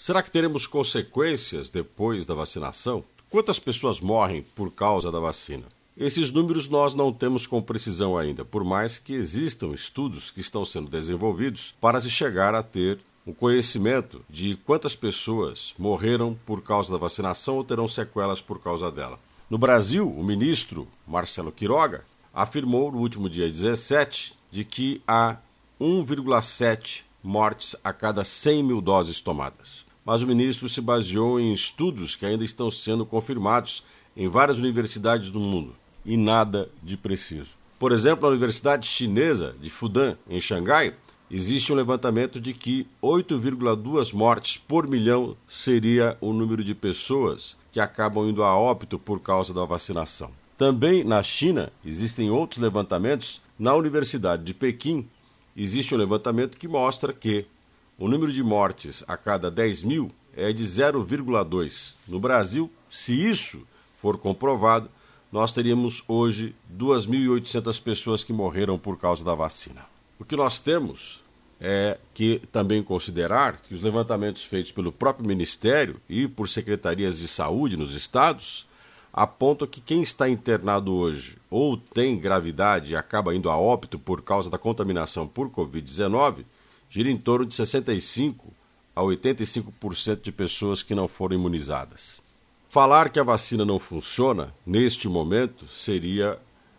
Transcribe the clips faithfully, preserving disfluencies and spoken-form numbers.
Será que teremos consequências depois da vacinação? Quantas pessoas morrem por causa da vacina? Esses números nós não temos com precisão ainda, por mais que existam estudos que estão sendo desenvolvidos para se chegar a ter o conhecimento de quantas pessoas morreram por causa da vacinação ou terão sequelas por causa dela. No Brasil, o ministro Marcelo Queiroga afirmou no último dia dezessete de que há um vírgula sete mortes a cada cem mil doses tomadas. Mas o ministro se baseou em estudos que ainda estão sendo confirmados em várias universidades do mundo, e nada de preciso. Por exemplo, na Universidade Chinesa de Fudan, em Xangai, existe um levantamento de que oito vírgula duas mortes por milhão seria o número de pessoas que acabam indo a óbito por causa da vacinação. Também na China existem outros levantamentos. Na Universidade de Pequim existe um levantamento que mostra que o número de mortes a cada dez mil é de zero vírgula dois. No Brasil, se isso for comprovado, nós teríamos hoje duas mil e oitocentas pessoas que morreram por causa da vacina. O que nós temos é que também considerar que os levantamentos feitos pelo próprio Ministério e por secretarias de saúde nos estados apontam que quem está internado hoje ou tem gravidade e acaba indo a óbito por causa da contaminação por covid dezenove gira em torno de sessenta e cinco a oitenta e cinco por cento de pessoas que não foram imunizadas. Falar que a vacina não funciona, neste momento, seria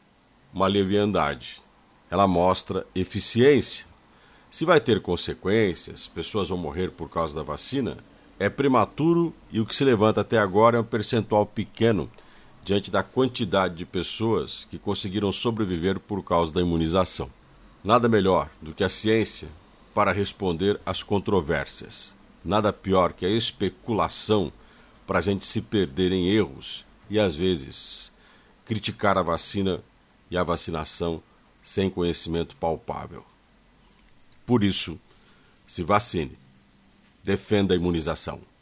uma leviandade. Ela mostra eficiência. Se vai ter consequências, pessoas vão morrer por causa da vacina, é prematuro e o que se levanta até agora é um percentual pequeno diante da quantidade de pessoas que conseguiram sobreviver por causa da imunização. Nada melhor do que a ciência para responder às controvérsias. Nada pior que a especulação para a gente se perder em erros e, às vezes, criticar a vacina e a vacinação sem conhecimento palpável. Por isso, se vacine. Defenda a imunização.